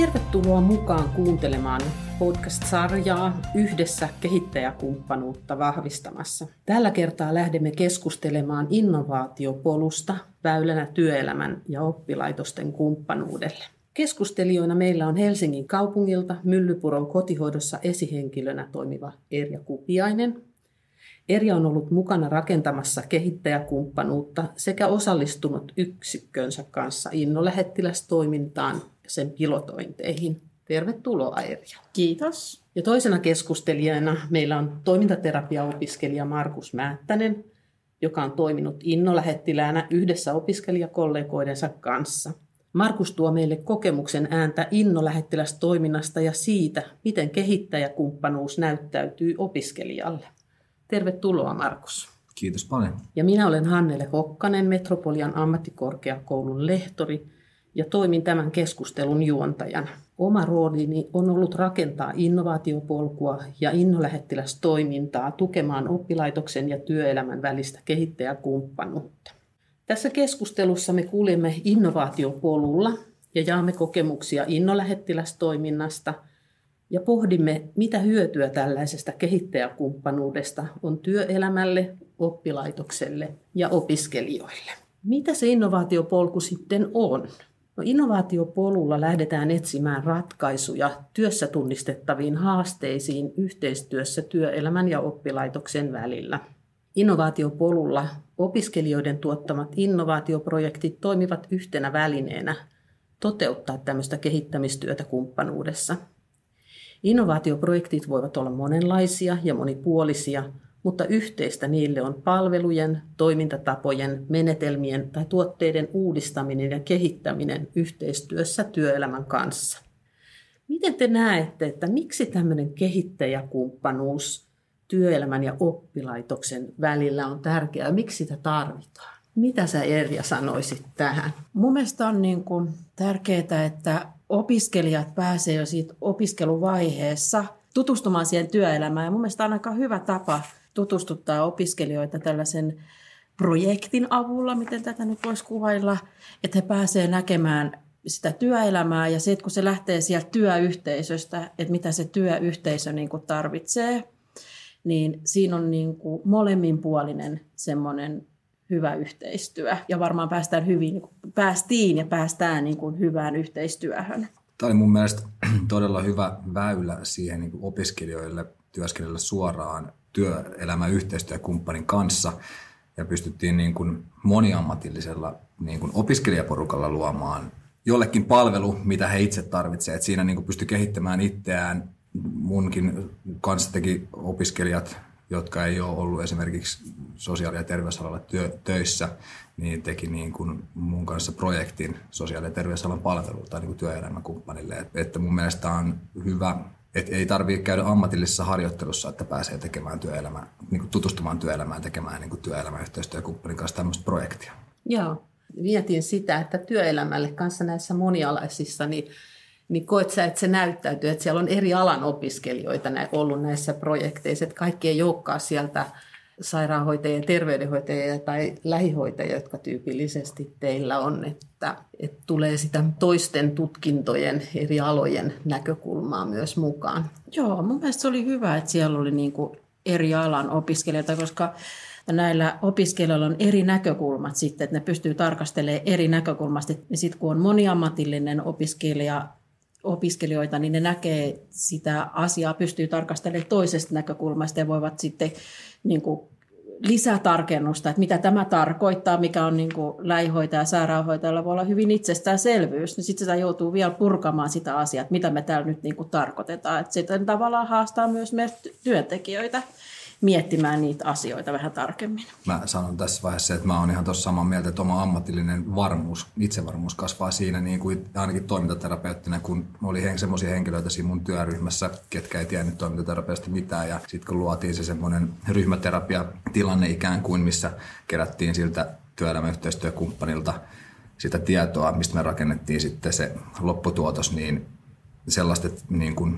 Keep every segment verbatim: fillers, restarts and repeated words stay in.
Tervetuloa mukaan kuuntelemaan podcast-sarjaa Yhdessä kehittäjäkumppanuutta vahvistamassa. Tällä kertaa lähdemme keskustelemaan innovaatiopolusta väylänä työelämän ja oppilaitosten kumppanuudelle. Keskustelijoina meillä on Helsingin kaupungilta Myllypuron kotihoidossa esihenkilönä toimiva Erja Kupiainen. Erja on ollut mukana rakentamassa kehittäjäkumppanuutta sekä osallistunut yksikkönsä kanssa innolähettilästoimintaan ja sen pilotointeihin. Tervetuloa, Erja. Kiitos. Ja toisena keskustelijana meillä on toimintaterapiaopiskelija Markus Määttänen, joka on toiminut innolähettiläänä yhdessä opiskelijakollegoidensa kanssa. Markus tuo meille kokemuksen ääntä innolähettilästoiminnasta ja siitä, miten kehittäjäkumppanuus näyttäytyy opiskelijalle. Tervetuloa, Markus. Kiitos paljon. Ja minä olen Hannele Hokkanen, Metropolian ammattikorkeakoulun lehtori ja toimin tämän keskustelun juontajana. Oma roolini on ollut rakentaa innovaatiopolkua ja innolähettilästoimintaa tukemaan oppilaitoksen ja työelämän välistä kehittäjäkumppanuutta. Tässä keskustelussa me kuulemme innovaatiopolulla ja jaamme kokemuksia innolähettilästoiminnasta ja pohdimme, mitä hyötyä tällaisesta kehittäjäkumppanuudesta on työelämälle, oppilaitokselle ja opiskelijoille. Mitä se innovaatiopolku sitten on? No, innovaatiopolulla lähdetään etsimään ratkaisuja työssä tunnistettaviin haasteisiin yhteistyössä työelämän ja oppilaitoksen välillä. Innovaatiopolulla opiskelijoiden tuottamat innovaatioprojektit toimivat yhtenä välineenä toteuttaa tämmöistä kehittämistyötä kumppanuudessa. Innovaatioprojektit voivat olla monenlaisia ja monipuolisia, mutta yhteistä niille on palvelujen, toimintatapojen, menetelmien tai tuotteiden uudistaminen ja kehittäminen yhteistyössä työelämän kanssa. Miten te näette, että miksi tämmöinen kehittäjäkumppanuus työelämän ja oppilaitoksen välillä on tärkeää? Miksi sitä tarvitaan? Mitä sä, Erja, sanoisit tähän? Mun mielestä on niin kuin tärkeää, että opiskelijat pääsee jo siitä opiskeluvaiheessa tutustumaan siihen työelämään. Ja mun mielestä on aika hyvä tapa tutustuttaa opiskelijoita tällaisen projektin avulla, miten tätä nyt voisi kuvailla, että he pääsevät näkemään sitä työelämää ja se, että kun se lähtee sieltä työyhteisöstä, että mitä se työyhteisö niin kuin tarvitsee, niin siinä on niin kuin molemminpuolinen semmoinen hyvä yhteistyö ja varmaan päästään hyvin, niin kuin päästiin ja päästään niin kuin hyvään yhteistyöhön. Tämä oli mun mielestä todella hyvä väylä siihen niin kuin opiskelijoille työskennellä suoraan työelämän yhteistyökumppanin kanssa ja pystyttiin niin kuin moniammatillisella niin kuin opiskelijaporukalla luomaan jollekin palvelu, mitä he itse tarvitsevat. Siinä niin kuin pystyi kehittämään itseään. Munkin kanssa teki opiskelijat, jotka ei ole ollut esimerkiksi sosiaali- ja terveysalalla työ, töissä, niin teki niin kuin mun kanssa projektin sosiaali- ja terveysalan palvelulta niin kuin työelämäkumppanille. Et, että mun mielestä on hyvä, että ei tarvitse käydä ammatillisessa harjoittelussa, että pääsee tekemään työelämää, niin kuin tutustumaan työelämään, tekemään niin kuin työelämäyhteistyökumppanin kanssa tämmöistä projektia. Joo, mietin sitä, että työelämälle kanssa näissä monialaisissa, niin niin koet sä, että se näyttäytyy, että siellä on eri alan opiskelijoita ollut näissä projekteissa, että kaikki ei olekaan sieltä sairaanhoitajia, terveydenhoitajia tai lähihoitajia, jotka tyypillisesti teillä on, että, että tulee sitä toisten tutkintojen, eri alojen näkökulmaa myös mukaan. Joo, mun mielestä se oli hyvä, että siellä oli niin kuin eri alan opiskelijoita, koska näillä opiskelijoilla on eri näkökulmat sitten, että ne pystyy tarkastelemaan eri näkökulmasta. Ja sitten kun on moniammatillinen opiskelija, opiskelijoita, niin ne näkee sitä asiaa, pystyy tarkastelemaan toisesta näkökulmasta ja voivat sitten niin kuin lisätarkennusta, että mitä tämä tarkoittaa, mikä on niin kuin lähihoitaja ja sairaanhoitajalla voi olla hyvin itsestäänselvyys. Niin sitten sitä joutuu vielä purkamaan sitä asiaa, että mitä me täällä nyt niin kuin tarkoitetaan. Että sitten tavallaan haastaa myös meidän työntekijöitä miettimään niitä asioita vähän tarkemmin. Mä sanon tässä vaiheessa, että mä oon ihan tuossa samaa mieltä, että oma ammatillinen varmuus, itsevarmuus kasvaa siinä, niin kuin ainakin toimintaterapeuttina, kun oli semmoisia henkilöitä siinä mun työryhmässä, ketkä ei tiennyt toimintaterapeutista mitään. Ja sitten kun luotiin se semmoinen ryhmäterapiatilanne ikään kuin, missä kerättiin siltä työelämäyhteistyökumppanilta sitä tietoa, mistä me rakennettiin sitten se lopputuotos, niin sellaista niin kuin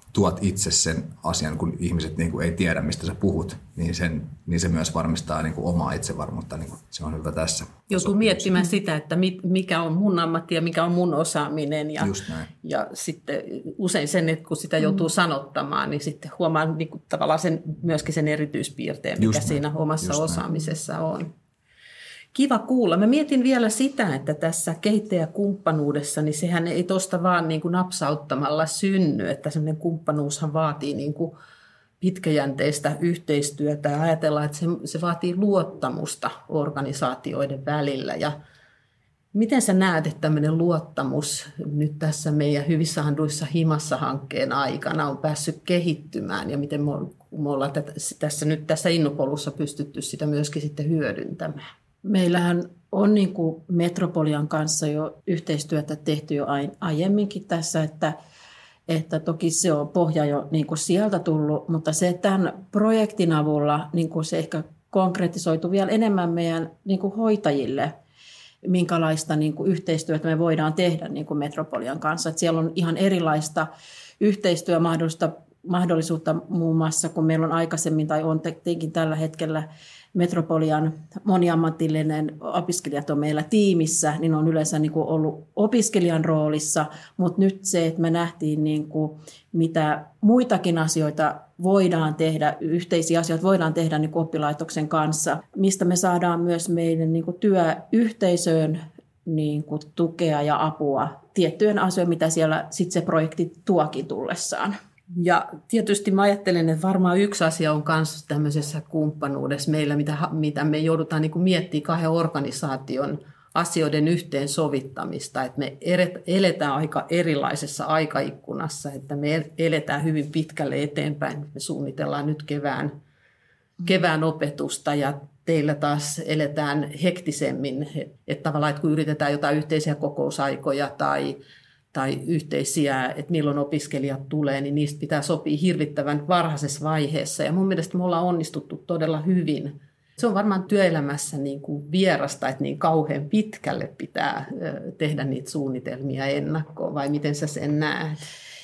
tuot itse sen asian, kun ihmiset niin kuin ei tiedä, mistä sä puhut, niin, sen, niin se myös varmistaa niin kuin omaa itsevarmuutta. Niin kuin se on hyvä tässä. Joutuu miettimään sitä, että mikä on mun ammatti ja mikä on mun osaaminen. Ja, Just näin. ja sitten usein sen, että kun sitä joutuu sanottamaan, niin sitten huomaa niin kuin tavallaan sen, myöskin sen erityispiirteen, mikä Just siinä näin. omassa Just osaamisessa näin. On. Kiva kuulla. Mä mietin vielä sitä, että tässä kehittäjäkumppanuudessa, niin sehän ei tuosta vaan niin kuin napsauttamalla synny, että semmoinen kumppanuushan vaatii niin kuin pitkäjänteistä yhteistyötä ja ajatellaan, että se, se vaatii luottamusta organisaatioiden välillä. Ja miten sä näet, että tämmöinen luottamus nyt tässä meidän Hyvissä handuissa himassa-hankkeen aikana on päässyt kehittymään ja miten me ollaan tässä nyt tässä Innopolussa pystytty sitä myöskin sitten hyödyntämään? Meillähän on niin kuin Metropolian kanssa jo yhteistyötä tehty jo aiemminkin tässä, että, että toki se on pohja jo niin kuin sieltä tullut, mutta se tämän projektin avulla niin kuin se ehkä konkretisoitu vielä enemmän meidän niin kuin hoitajille, minkälaista niin kuin yhteistyötä me voidaan tehdä niin kuin Metropolian kanssa. Että siellä on ihan erilaista yhteistyömahdollisuutta mahdollisuutta muun muassa, kun meillä on aikaisemmin tai on tietenkin tällä hetkellä Metropolian moniammatillinen opiskelijat on meillä tiimissä, niin on yleensä niin kuin ollut opiskelijan roolissa, mutta nyt se, että me nähtiin niin kuin mitä muitakin asioita voidaan tehdä, yhteisiä asioita voidaan tehdä niin kuin oppilaitoksen kanssa, mistä me saadaan myös meidän niin kuin työyhteisöön niin kuin tukea ja apua tiettyjen asioiden, mitä siellä sit se projekti tuokin tullessaan. Ja tietysti mä ajattelen, että varmaan yksi asia on myös tämmöisessä kumppanuudessa meillä, mitä, mitä me joudutaan niin kuin miettimään kahden organisaation asioiden yhteensovittamista. Että me eletään aika erilaisessa aikaikkunassa, että me eletään hyvin pitkälle eteenpäin. Me suunnitellaan nyt kevään, kevään opetusta ja teillä taas eletään hektisemmin. Että tavallaan, että kun yritetään jotain yhteisiä kokousaikoja tai tai yhteisiä, että milloin opiskelijat tulee, niin niistä pitää sopia hirvittävän varhaisessa vaiheessa. Ja mun mielestä me ollaan onnistuttu todella hyvin. Se on varmaan työelämässä niin kuin vierasta, että niin kauhean pitkälle pitää tehdä niitä suunnitelmia ennakkoon, vai miten sä sen näet?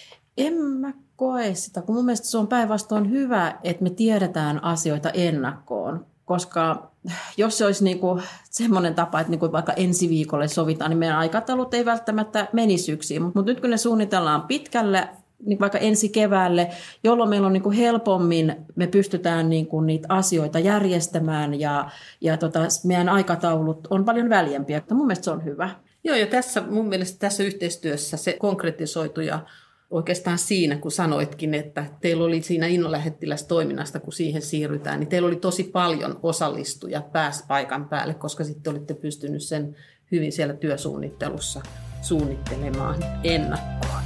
En mä koe sitä, kun mun mielestä se on päinvastoin hyvä, että me tiedetään asioita ennakkoon. Koska jos se olisi niinku semmoinen tapa, että niinku vaikka ensi viikolle sovitaan, niin meidän aikataulut ei välttämättä menisi yksin. Mutta nyt kun ne suunnitellaan pitkälle, niin vaikka ensi keväälle, jolloin meillä on niinku helpommin, me pystytään niinku niitä asioita järjestämään ja, ja tota, meidän aikataulut on paljon väljempiä. Mun mielestä se on hyvä. Joo, ja tässä, mun mielestä tässä yhteistyössä se konkretisoitu ja oikeastaan siinä, kun sanoitkin, että teillä oli siinä innolähettilästoiminnasta, kun siihen siirrytään, niin teillä oli tosi paljon osallistujia pääsi paikan päälle, koska sitten olitte pystynyt sen hyvin siellä työsuunnittelussa suunnittelemaan ennakkoon.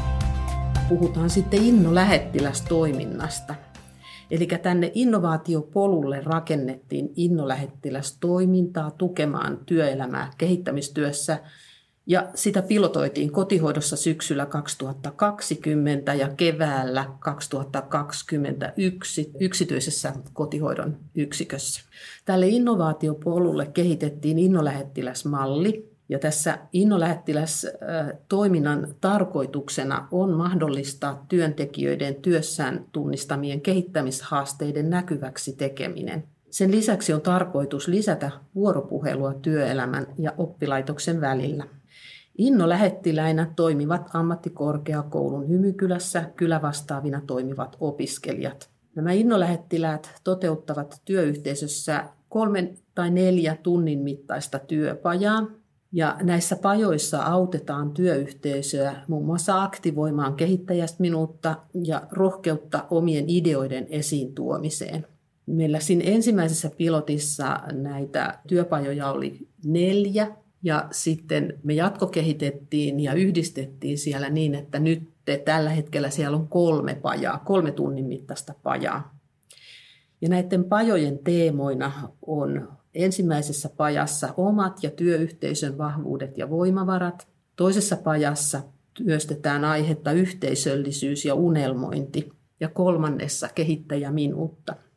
Puhutaan sitten innolähettilästoiminnasta. Eli tänne innovaatiopolulle rakennettiin innolähettilästoimintaa tukemaan työelämää kehittämistyössä. Ja sitä pilotoitiin kotihoidossa syksyllä kaksituhattakaksikymmentä ja keväällä kaksituhattakaksikymmentäyksi yksityisessä kotihoidon yksikössä. Tälle innovaatiopolulle kehitettiin innolähettiläsmalli. Ja tässä innolähettilästoiminnan tarkoituksena on mahdollistaa työntekijöiden työssään tunnistamien kehittämishaasteiden näkyväksi tekeminen. Sen lisäksi on tarkoitus lisätä vuoropuhelua työelämän ja oppilaitoksen välillä. Innolähettiläinä toimivat ammattikorkeakoulun Hymykylässä kylävastaavina toimivat opiskelijat. Nämä innolähettiläät toteuttavat työyhteisössä kolmen tai neljä tunnin mittaista työpajaa. Ja näissä pajoissa autetaan työyhteisöä muun muassa aktivoimaan kehittäjäminuutta ja rohkeutta omien ideoiden esiin tuomiseen. Meillä siinä ensimmäisessä pilotissa näitä työpajoja oli neljä ja sitten me jatkokehitettiin ja yhdistettiin siellä niin, että nyt tällä hetkellä siellä on kolme pajaa, kolme tunnin mittaista pajaa. Ja näiden pajojen teemoina on ensimmäisessä pajassa omat ja työyhteisön vahvuudet ja voimavarat. Toisessa pajassa työstetään aihetta yhteisöllisyys ja unelmointi ja kolmannessa kehittäjäminuutta.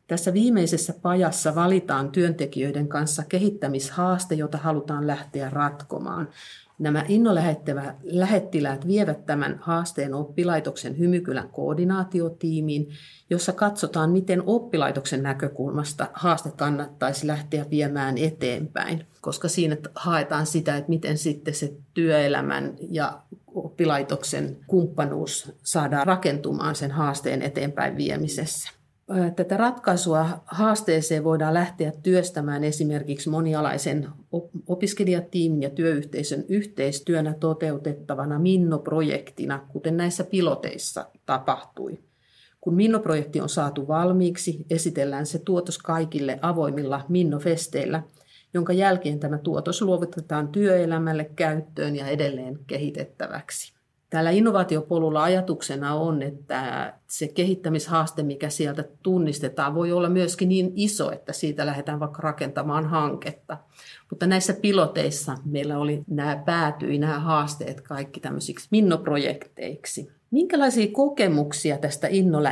Tässä viimeisessä pajassa valitaan työntekijöiden kanssa kehittämishaaste, jota halutaan lähteä ratkomaan. Nämä innolähettiläät vievät tämän haasteen oppilaitoksen Hymykylän koordinaatiotiimiin, jossa katsotaan, miten oppilaitoksen näkökulmasta haaste kannattaisi lähteä viemään eteenpäin, koska siinä haetaan sitä, että miten sitten se työelämän ja oppilaitoksen kumppanuus saadaan rakentumaan sen haasteen eteenpäin viemisessä. Tätä ratkaisua haasteeseen voidaan lähteä työstämään esimerkiksi monialaisen opiskelijatiimin ja työyhteisön yhteistyönä toteutettavana Minno-projektina, kuten näissä piloteissa tapahtui. Kun Minno-projekti on saatu valmiiksi, esitellään se tuotos kaikille avoimilla Minno-festeillä, jonka jälkeen tämä tuotos luovutetaan työelämälle käyttöön ja edelleen kehitettäväksi. Täällä innovaatiopolulla ajatuksena on, että se kehittämishaaste, mikä sieltä tunnistetaan, voi olla myöskin niin iso, että siitä lähdetään vaikka rakentamaan hanketta. Mutta näissä piloteissa meillä oli nämä päätyi nämä haasteet kaikki tämmöisiksi Minno-projekteiksi. Minkälaisia kokemuksia tästä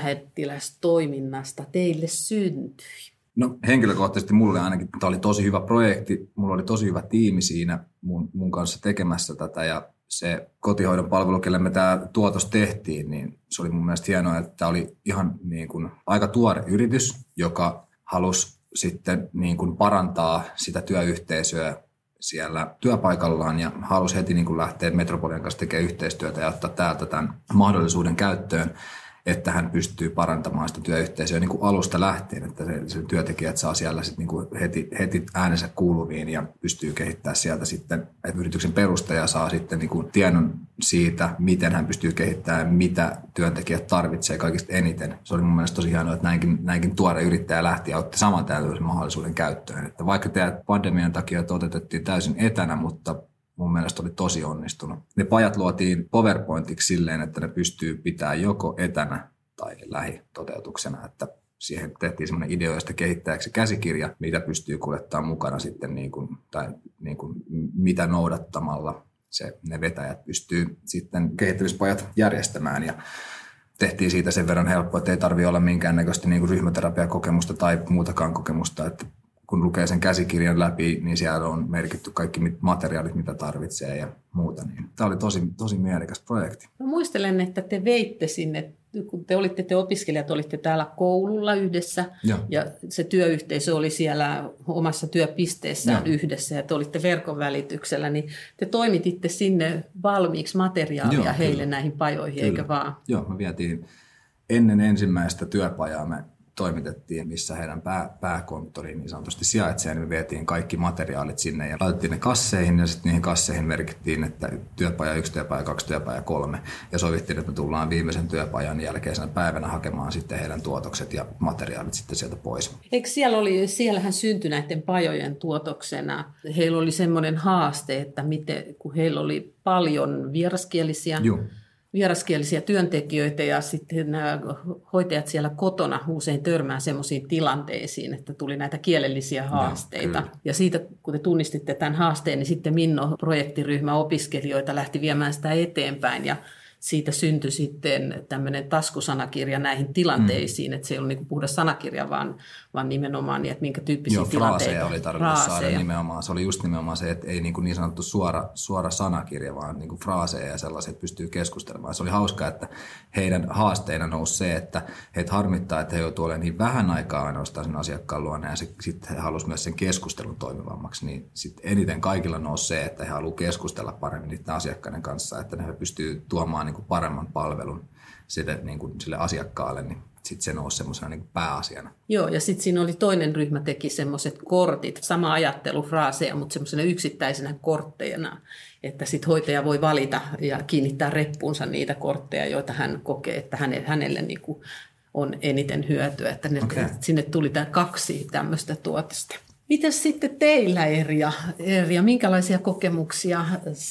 innolähettilästoiminnasta teille syntyi? No henkilökohtaisesti mulle ainakin tämä oli tosi hyvä projekti. Mulla oli tosi hyvä tiimi siinä mun, mun kanssa tekemässä tätä ja se kotihoidon palvelu, kelle me tämä tuotos tehtiin, niin se oli mun mielestä hienoa, että tämä oli ihan niin kuin aika tuore yritys, joka halusi sitten niin kuin parantaa sitä työyhteisöä siellä työpaikallaan ja halusi heti niin kuin lähteä Metropolian kanssa tekemään yhteistyötä ja ottaa täältä tämän mahdollisuuden käyttöön, että hän pystyy parantamaan sitä työyhteisöä niin kuin alusta lähtien, että se, se työntekijät saa siellä sit niin kuin heti, heti äänensä kuuluviin ja pystyy kehittämään sieltä sitten, että yrityksen perustaja saa sitten niin kuin tiedon siitä, miten hän pystyy kehittämään, mitä työntekijät tarvitsee kaikista eniten. Se oli mun mielestä tosi hienoa, että näinkin, näinkin tuore yrittäjä lähti ja otti saman tällaisen mahdollisuuden käyttöön. Että vaikka tämä pandemian takia toteutettiin täysin etänä, mutta mun mielestä oli tosi onnistunut. Ne pajat luotiin PowerPointiksi silleen, että ne pystyy pitämään joko etänä tai lähitoteutuksena, että siihen tehtiin semmoinen ideoista kehittäjäksi käsikirja, mitä pystyy kuljettamaan mukana sitten niin kuin, tai niin kuin, mitä noudattamalla se, ne vetäjät pystyy sitten kehittämispajat järjestämään ja tehtiin siitä sen verran helppoa, että ei tarvitse olla minkäännäköistä niin kuin ryhmäterapiakokemusta tai muutakaan kokemusta, että kun lukee sen käsikirjan läpi, niin siellä on merkitty kaikki materiaalit, mitä tarvitsee ja muuta. Niin tämä oli tosi, tosi mielekäs projekti. Mä muistelen, että te veitte sinne, kun te olitte te opiskelijat, olitte täällä koululla yhdessä ja, ja se työyhteisö oli siellä omassa työpisteessään ja yhdessä ja te olitte verkon välityksellä, niin te toimititte sinne valmiiksi materiaalia Joo, heille kyllä. näihin pajoihin, kyllä. eikö vaan? Joo, me vietiin ennen ensimmäistä työpajaa, me toimitettiin, missä heidän pää, pääkonttori niin sanotusti sijaitsee, niin me vietiin kaikki materiaalit sinne ja laitettiin ne kasseihin ja sitten niihin kasseihin merkittiin, että työpaja yksi, työpaja kaksi, työpaja kolme ja sovittiin, että me tullaan viimeisen työpajan jälkeisenä päivänä hakemaan sitten heidän tuotokset ja materiaalit sitten sieltä pois. Eikö siellä oli, siellähän syntyi näiden pajojen tuotoksena, heillä oli semmoinen haaste, että miten, kun heillä oli paljon vieraskielisiä, Juh. vieraskielisiä työntekijöitä ja sitten nämä hoitajat siellä kotona usein törmää semmoisiin tilanteisiin, että tuli näitä kielellisiä haasteita. Ja, ja siitä, kun te tunnistitte tämän haasteen, niin sitten Minno-projektiryhmä opiskelijoita lähti viemään sitä eteenpäin ja siitä syntyi sitten tämmöinen taskusanakirja näihin tilanteisiin, mm. että se ei ollut niin kuin puhdas sanakirja, vaan, vaan nimenomaan niin, että minkä tyyppisiä Joo, tilanteita. Joo, fraaseja oli tarkoitus saada nimenomaan. Se oli just nimenomaan se, että ei niin, kuin niin sanottu suora, suora sanakirja, vaan niin kuin fraaseja ja sellaiset pystyy keskustelemaan. Se oli hauskaa, että heidän haasteina nousi se, että heitä harmittaa, että he joutuu olemaan niin vähän aikaa ainoastaan sen asiakkaan luona ja sitten he halusivat myös sen keskustelun toimivammaksi. Niin sitten eniten kaikilla nousi se, että he haluavat keskustella paremmin niiden asiakkaiden kanssa, että he pystyy tuomaan niin kuin paremman palvelun sille, niin kuin sille asiakkaalle, niin sitten se nousi semmoisena niin kuin pääasiana. Joo, ja sitten siinä oli toinen ryhmä teki semmoiset kortit, sama ajattelu, fraaseja, mutta semmoisena yksittäisenä kortteina, että sitten hoitaja voi valita ja kiinnittää reppuunsa niitä kortteja, joita hän kokee, että hänelle, hänelle niin kuin on eniten hyötyä, että ne, okay. sinne tuli tämä kaksi tämmöistä tuotosta. Mitäs sitten teillä, Erja? Erja, minkälaisia kokemuksia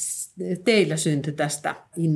teillä syntyi tästä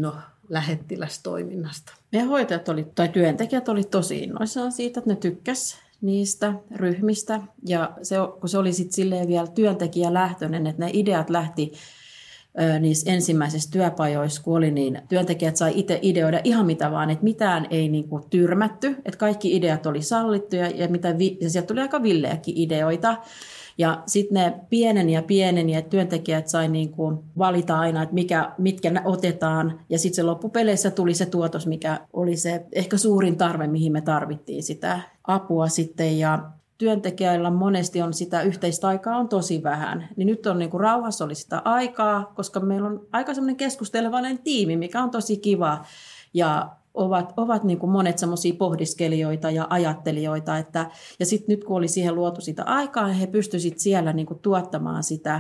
Inno-lähettilästoiminnasta? Meidän hoitajat oli, tai työntekijät oli tosi innoissaan siitä, että ne tykkäs niistä ryhmistä. Ja se, kun se oli sitten silleen vielä työntekijälähtöinen, että ne ideat lähti niissä ensimmäisissä työpajoissa, kun oli, niin työntekijät sai itse ideoida ihan mitä vaan, että mitään ei niin kuin tyrmätty, että kaikki ideat oli sallittuja ja, mitä vi- ja sieltä tuli aika villeäkin ideoita. Ja sitten ne pieneni ja pieneni, että työntekijät sai niin kuin valita aina, että mikä, mitkä otetaan. Ja sitten se loppupeleissä tuli se tuotos, mikä oli se ehkä suurin tarve, mihin me tarvittiin sitä apua sitten. Ja työntekijöillä monesti on sitä yhteistä aikaa on tosi vähän. Niin nyt on niin kuin rauhassa oli sitä aikaa, koska meillä on aika semmoinen keskustelevainen tiimi, mikä on tosi kiva. Ja ovat, ovat niin kuin monet semmoisia pohdiskelijoita ja ajattelijoita. Että, ja sitten nyt kun oli siihen luotu sitä aikaa, he pystyivät siellä niin kuin tuottamaan sitä.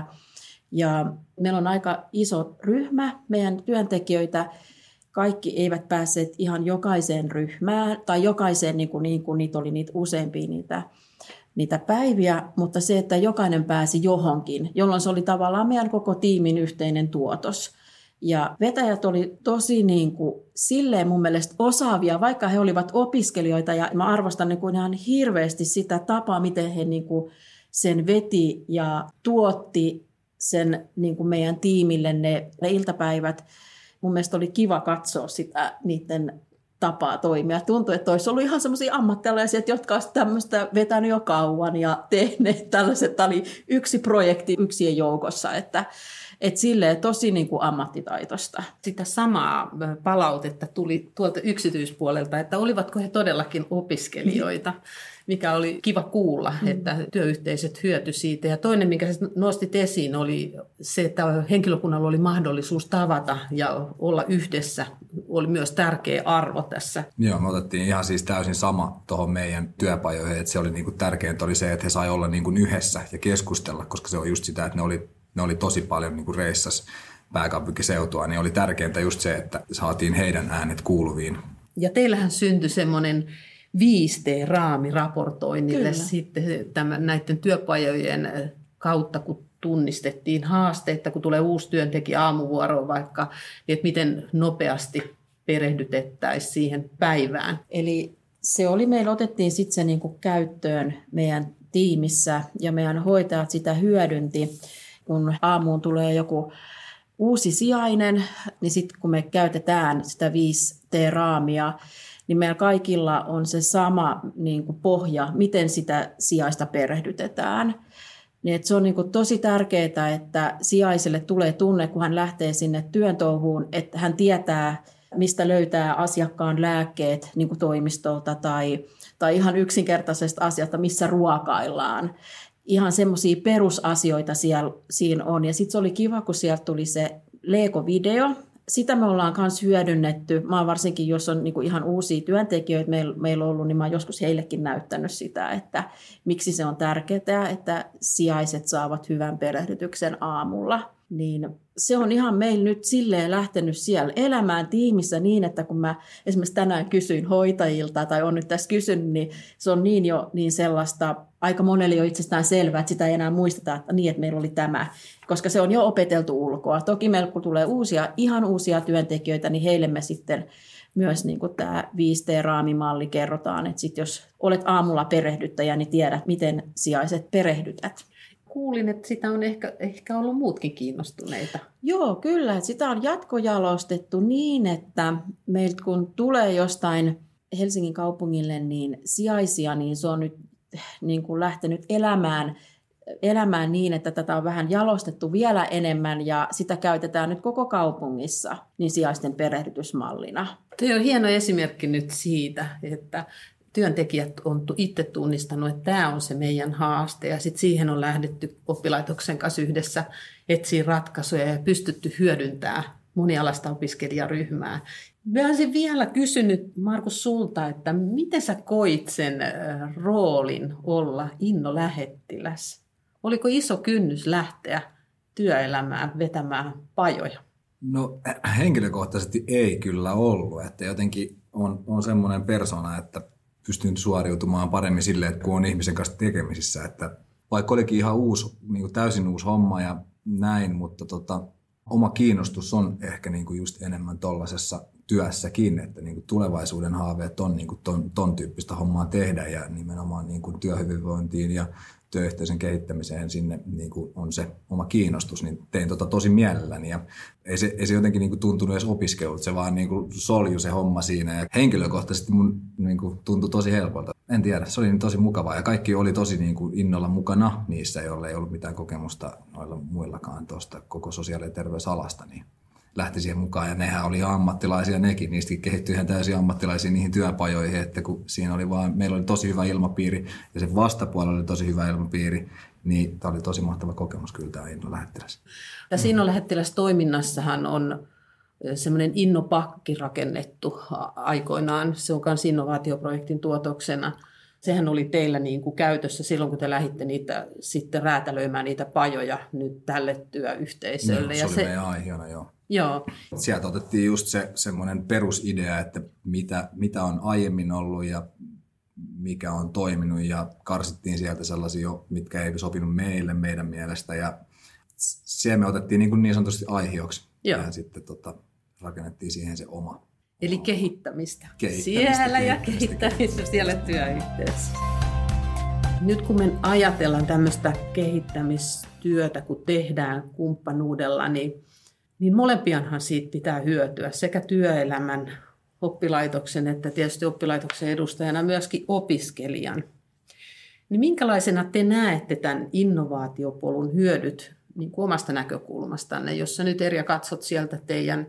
Ja meillä on aika iso ryhmä meidän työntekijöitä. Kaikki eivät päässeet ihan jokaiseen ryhmään tai jokaiseen, niin kuin, niin kuin niitä oli niitä useampia niitä, niitä päiviä, mutta se, että jokainen pääsi johonkin, jolloin se oli tavallaan meidän koko tiimin yhteinen tuotos. Ja vetäjät oli tosi niin kuin, silleen mun mielestä osaavia, vaikka he olivat opiskelijoita, ja mä arvostan niin kuin ihan hirveästi sitä tapaa, miten he niin kuin, sen veti ja tuotti sen niin kuin meidän tiimille ne, ne iltapäivät. Mun mielestä oli kiva katsoa sitä niiden tapaa toimia. Tuntui, että olisi ollut ihan semmoisia ammattilaisia, jotka olisivat tämmöistä vetänyt jo kauan ja tehneet tällaiset. Tämä oli yksi projekti yksien joukossa, että Että silleen tosi niin kuin ammattitaitosta. Sitä samaa palautetta tuli tuolta yksityispuolelta, että olivatko he todellakin opiskelijoita, mikä oli kiva kuulla, että työyhteisöt hyöty siitä. Ja toinen, minkä nostit esiin, oli se, että henkilökunnalla oli mahdollisuus tavata ja olla yhdessä, oli myös tärkeä arvo tässä. Joo, me otettiin ihan siis täysin sama tuohon meidän työpajoihin, että se oli niin kuin tärkeintä oli se, että he sai olla niin kuin yhdessä ja keskustella, koska se on just sitä, että ne oli Ne oli tosi paljon niin kuin reissas pääkaupunkiseutua, niin oli tärkeintä just se, että saatiin heidän äänet kuuluviin. Ja teillähän syntyi semmoinen viisi D-raami raportoinnille Kyllä. sitten tämän, näiden työpajojen kautta, kun tunnistettiin haasteita, kun tulee uusi työntekijä aamuvuoroon vaikka, niin että miten nopeasti perehdytettäisiin siihen päivään. Eli se oli, meillä otettiin sitten se niin kuin käyttöön meidän tiimissä ja meidän hoitajat sitä hyödynti. Kun aamuun tulee joku uusi sijainen, niin sitten kun me käytetään sitä viisi D-raamia, niin meillä kaikilla on se sama niin kuin pohja, miten sitä sijaista perehdytetään. Niin että se on niin kuin tosi tärkeää, että sijaiselle tulee tunne, kun hän lähtee sinne työn touhuun, että hän tietää, mistä löytää asiakkaan lääkkeet niin kuin toimistolta tai, tai ihan yksinkertaisesta asiasta, missä ruokaillaan. Ihan semmoisia perusasioita siellä, siinä on. Ja sitten se oli kiva, kun sieltä tuli se Lego-video. Sitä me ollaan myös hyödynnetty. Mä oon varsinkin, jos on niinku ihan uusia työntekijöitä meillä, meillä on ollut, niin mä oon joskus heillekin näyttänyt sitä, että miksi se on tärkeää, että sijaiset saavat hyvän perehdytyksen aamulla. Niin se on ihan meillä nyt silleen lähtenyt siellä elämään tiimissä niin, että kun mä esimerkiksi tänään kysyin hoitajilta tai on nyt tässä kysynyt, niin se on niin jo niin sellaista, aika monelle jo itsestään selvää, että sitä ei enää muisteta, että niin, että meillä oli tämä, koska se on jo opeteltu ulkoa. Toki meillä kun tulee uusia, ihan uusia työntekijöitä, niin heille me sitten myös niin kuin tämä viisi D-raamimalli kerrotaan, että sit jos olet aamulla perehdyttäjä, niin tiedät, miten sijaiset perehdytät. Kuulin, että sitä on ehkä, ehkä ollut muutkin kiinnostuneita. Joo, kyllä. Sitä on jatkojalostettu niin, että meiltä kun tulee jostain Helsingin kaupungille niin sijaisia, niin se on nyt niin kuin lähtenyt elämään, elämään niin, että tätä on vähän jalostettu vielä enemmän ja sitä käytetään nyt koko kaupungissa niin sijaisten perehdytysmallina. Tuo on hieno esimerkki nyt siitä, että työntekijät on itse tunnistanut, että tämä on se meidän haaste ja sitten siihen on lähdetty oppilaitoksen kanssa yhdessä etsiä ratkaisuja ja pystytty hyödyntämään monialaista opiskelijaryhmää. Mä olisin vielä kysynyt, Markus, sulta, että miten sä koit sen roolin olla innolähettiläs? Oliko iso kynnys lähteä työelämään vetämään pajoja? No henkilökohtaisesti ei kyllä ollut, että jotenkin on, on semmoinen persona, että pystyn suoriutumaan paremmin silleen, että kun on ihmisen kanssa tekemisissä, että vaikka olikin ihan uusi, niin kuin täysin uusi homma ja näin, mutta tota, oma kiinnostus on ehkä niin kuin just enemmän tuollaisessa työssäkin, että niin kuin tulevaisuuden haaveet on niin kuin ton, ton tyyppistä hommaa tehdä ja nimenomaan niin kuin työhyvinvointiin ja työyhteisön kehittämiseen sinne niin kuin on se oma kiinnostus, niin tein tota tosi mielelläni. Ja ei se, ei se jotenkin niin kuin tuntunut edes opiskelulta, se vaan niin kuin soljui se homma siinä. Ja henkilökohtaisesti mun niin kuin tuntui tosi helpolta. En tiedä, se oli tosi mukavaa ja kaikki oli tosi niin kuin innolla mukana niissä, joilla ei ollut mitään kokemusta noilla muillakaan tuosta koko sosiaali- ja terveysalasta. Niin lähti siihen mukaan ja nehän oli ammattilaisia nekin, niistäkin kehittyi ihan täysin ammattilaisia niihin työpajoihin, että kun siinä oli vaan, meillä oli tosi hyvä ilmapiiri ja se vastapuolella oli tosi hyvä ilmapiiri, niin tämä oli tosi mahtava kokemus kyllä tämä Inno Lähettiläs. Tässä Inno Lähettiläs toiminnassahan on semmoinen innopakki rakennettu aikoinaan, se on myös innovaatioprojektin tuotoksena. Sehän oli teillä niin kuin käytössä silloin, kun te lähditte niitä sitten räätälöimään niitä pajoja nyt tälle työyhteisölle. No, se ja oli se, meidän aiheena, joo. Joo. Sieltä otettiin just se semmoinen perusidea, että mitä, mitä on aiemmin ollut ja mikä on toiminut ja karsittiin sieltä sellaisia, mitkä ei sopinut meille, meidän mielestä ja siellä me otettiin niin, kuin niin sanotusti aihioksi Joo. ja sitten tota, rakennettiin siihen se oma. Eli kehittämistä. kehittämistä siellä ja kehittämistä siellä työyhteisössä. Nyt kun me ajatellaan tämmöistä kehittämistyötä, kun tehdään kumppanuudella, niin Niin molempianhan siitä pitää hyötyä, sekä työelämän, oppilaitoksen että tietysti oppilaitoksen edustajana myöskin opiskelijan. Niin minkälaisena te näette tämän innovaatiopolun hyödyt niin kuin omasta näkökulmastanne, jos sä nyt Erja katsot sieltä teidän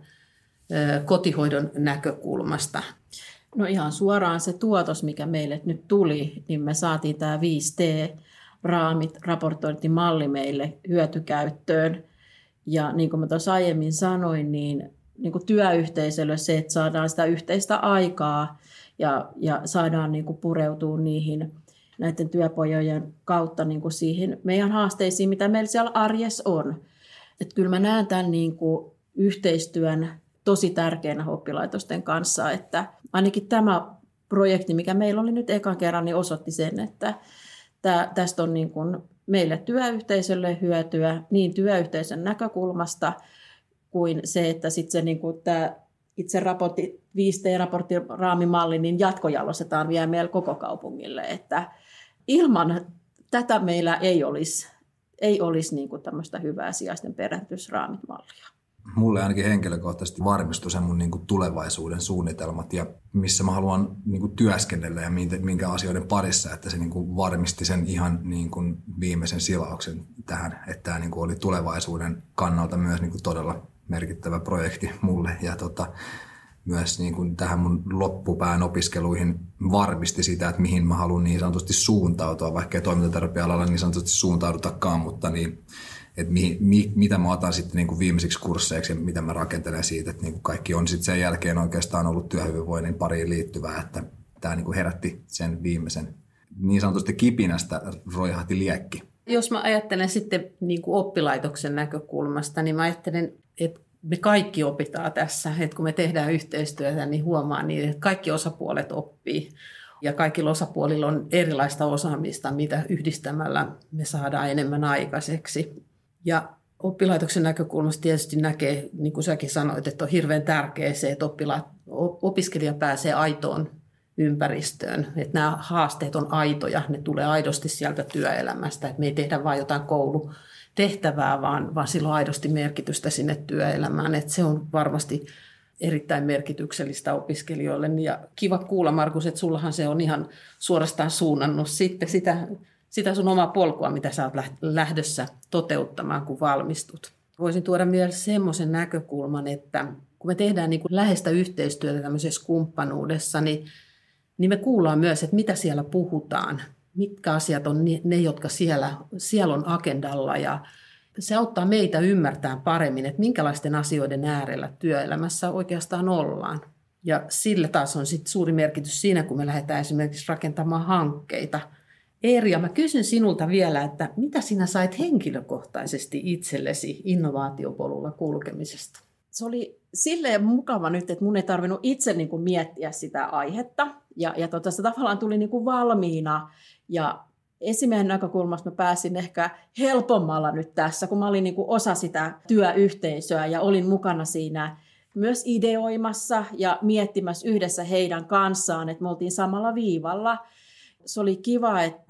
ö, kotihoidon näkökulmasta? No ihan suoraan se tuotos, mikä meille nyt tuli, niin me saatiin tämä viisi T-raamit, raportointimalli meille hyötykäyttöön. Ja niin kuin mä tuossa aiemmin sanoin, niin, niin kuin työyhteisölle se, että saadaan sitä yhteistä aikaa ja, ja saadaan niin kuin pureutua niihin näiden työpajojen kautta niin kuin siihen meidän haasteisiin, mitä meillä siellä arjessa on. Että kyllä mä näen tämän niin kuin yhteistyön tosi tärkeänä oppilaitosten kanssa, että ainakin tämä projekti, mikä meillä oli nyt ekan kerran, niin osoitti sen, että tämä, tästä on niin kuin meille työyhteisölle hyötyä niin työyhteisön näkökulmasta kuin se, että sitten se niin kuin tämä itse raportti, viisi T-raporttiraamimalli, niin jatkojalostetaan vielä meillä koko kaupungille, että ilman tätä meillä ei olisi, ei olisi niin kuin tämmöistä hyvää sijaisten perehdytysraamimallia. Mulle ainakin henkilökohtaisesti varmistui sen mun niin kuin tulevaisuuden suunnitelmat ja missä mä haluan niin kuin työskennellä ja minkä asioiden parissa, että se niin kuin varmisti sen ihan niin kuin viimeisen silauksen tähän, että tämä niin kuin oli tulevaisuuden kannalta myös niin kuin todella merkittävä projekti mulle ja tota, myös niin kuin tähän mun loppupään opiskeluihin varmisti sitä, että mihin mä haluan niin sanotusti suuntautua, vaikka ei toimintaterapia-alalla niin sanotusti suuntaudutakaan, mutta niin että mi, mi, mitä mä otan sitten niin kuin viimeisiksi kursseiksi ja mitä mä rakentelen siitä, että niin kuin kaikki on sitten sen jälkeen oikeastaan ollut työhyvinvoinnin pariin liittyvää, että tämä niin kuin herätti sen viimeisen niin sanotusti kipinästä roihahti liekki. Jos mä ajattelen sitten niin kuin oppilaitoksen näkökulmasta, niin mä ajattelen, että me kaikki opitaan tässä, että kun me tehdään yhteistyötä, niin huomaa niin, että kaikki osapuolet oppii. Ja kaikilla osapuolilla on erilaista osaamista, mitä yhdistämällä me saadaan enemmän aikaiseksi. Ja oppilaitoksen näkökulmasta tietysti näkee, niin kuin säkin sanoit, että on hirveän tärkeää se, että oppilaat, opiskelija pääsee aitoon ympäristöön. Että nämä haasteet on aitoja, ne tulee aidosti sieltä työelämästä. Että me ei tehdä vain jotain koulutehtävää, vaan, vaan sillä on aidosti merkitystä sinne työelämään. Että se on varmasti erittäin merkityksellistä opiskelijoille. Ja kiva kuulla, Markus, että sullahan se on ihan suorastaan suunnannut sitten sitä, sitä sun omaa polkua, mitä sä oot lähdössä toteuttamaan, kun valmistut. Voisin tuoda myös semmoisen näkökulman, että kun me tehdään niin kuin läheistä yhteistyötä tämmöisessä kumppanuudessa, niin, niin me kuullaan myös, että mitä siellä puhutaan, mitkä asiat on ne, jotka siellä, siellä on agendalla ja se auttaa meitä ymmärtämään paremmin, että minkälaisten asioiden äärellä työelämässä oikeastaan ollaan. Ja sillä taas on sit suuri merkitys siinä, kun me lähdetään esimerkiksi rakentamaan hankkeita. Erja, mä kysyn sinulta vielä, että mitä sinä sait henkilökohtaisesti itsellesi innovaatiopolulla kulkemisesta? Se oli silleen mukava nyt, että mun ei tarvinnut itse niin kuin miettiä sitä aihetta. Ja, ja tota, se tavallaan tuli niin kuin valmiina ja esimiehen näkökulmasta mä pääsin ehkä helpommalla nyt tässä, kun mä olin niin kuin osa sitä työyhteisöä ja olin mukana siinä myös ideoimassa ja miettimässä yhdessä heidän kanssaan, että me oltiin samalla viivalla. Se oli kiva, että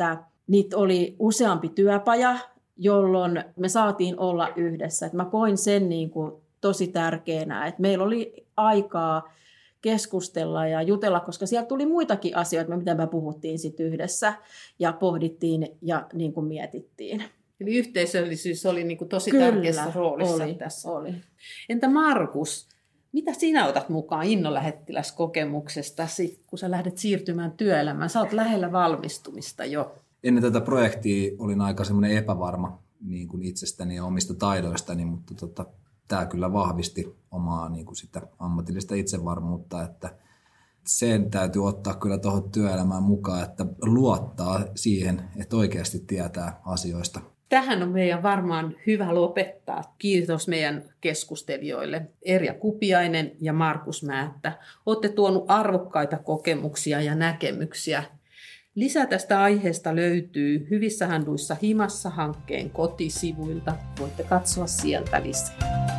niitä oli useampi työpaja, jolloin me saatiin olla yhdessä. Et mä koin sen niin kuin tosi tärkeänä, että meillä oli aikaa keskustella ja jutella, koska sieltä tuli muitakin asioita, mitä me puhuttiin sit yhdessä ja pohdittiin ja niin kuin mietittiin. Eli yhteisöllisyys oli niin kuin tosi Kyllä, tärkeässä roolissa oli, tässä. Oli. Entä Markus, mitä sinä otat mukaan innolähettiläskokemuksestasi, kun sä lähdet siirtymään työelämään? Sä oot lähellä valmistumista jo. Ennen tätä projektia olin aika semmoinen epävarma niin kuin itsestäni ja omista taidoistani, mutta tota, tämä kyllä vahvisti omaa niin kuin sitä ammatillista itsevarmuutta, että sen täytyy ottaa kyllä tuohon työelämään mukaan, että luottaa siihen, että oikeasti tietää asioista. Tähän on meidän varmaan hyvä lopettaa. Kiitos meidän keskustelijoille Erja Kupiainen ja Markus Määttä. Olette tuonut arvokkaita kokemuksia ja näkemyksiä. Lisää tästä aiheesta löytyy Hyvissä handuissa himassa -hankkeen kotisivuilta. Voitte katsoa sieltä lisää.